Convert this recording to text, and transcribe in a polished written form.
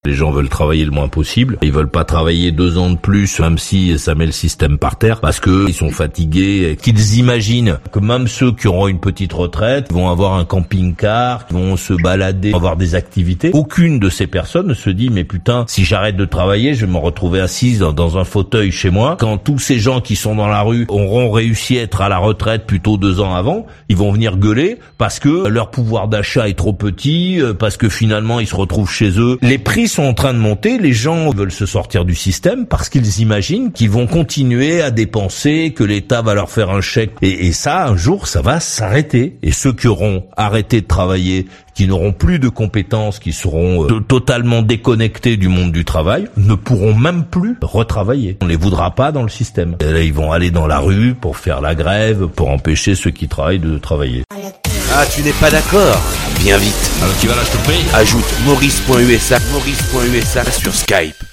Les gens veulent travailler le moins possible. Ils veulent pas travailler 2 ans de plus, même si ça met le système par terre, parce que ils sont fatigués, qu'ils imaginent que même ceux qui auront une petite retraite vont avoir un camping-car, vont se balader, avoir des activités. Aucune de ces personnes ne se dit, mais putain, si j'arrête de travailler, je vais me retrouver assise dans un fauteuil chez moi. Quand tous ces gens qui sont dans la rue auront réussi à être à la retraite plutôt 2 ans avant, ils vont venir gueuler parce que leur pouvoir d'achat est trop petit, parce que finalement ils se retrouvent chez eux. Les prix sont en train de monter, les gens veulent se sortir du système parce qu'ils imaginent qu'ils vont continuer à dépenser, que l'État va leur faire un chèque. Et ça, un jour, ça va s'arrêter. Et ceux qui auront arrêté de travailler, qui n'auront plus de compétences, qui seront totalement déconnectés du monde du travail, ne pourront même plus retravailler. On les voudra pas dans le système. Et là, ils vont aller dans la rue pour faire la grève, pour empêcher ceux qui travaillent de travailler. Ah, tu n'es pas d'accord? Viens vite. Alors tu vas là, je te prie. Ajoute Maurice.usa sur Skype.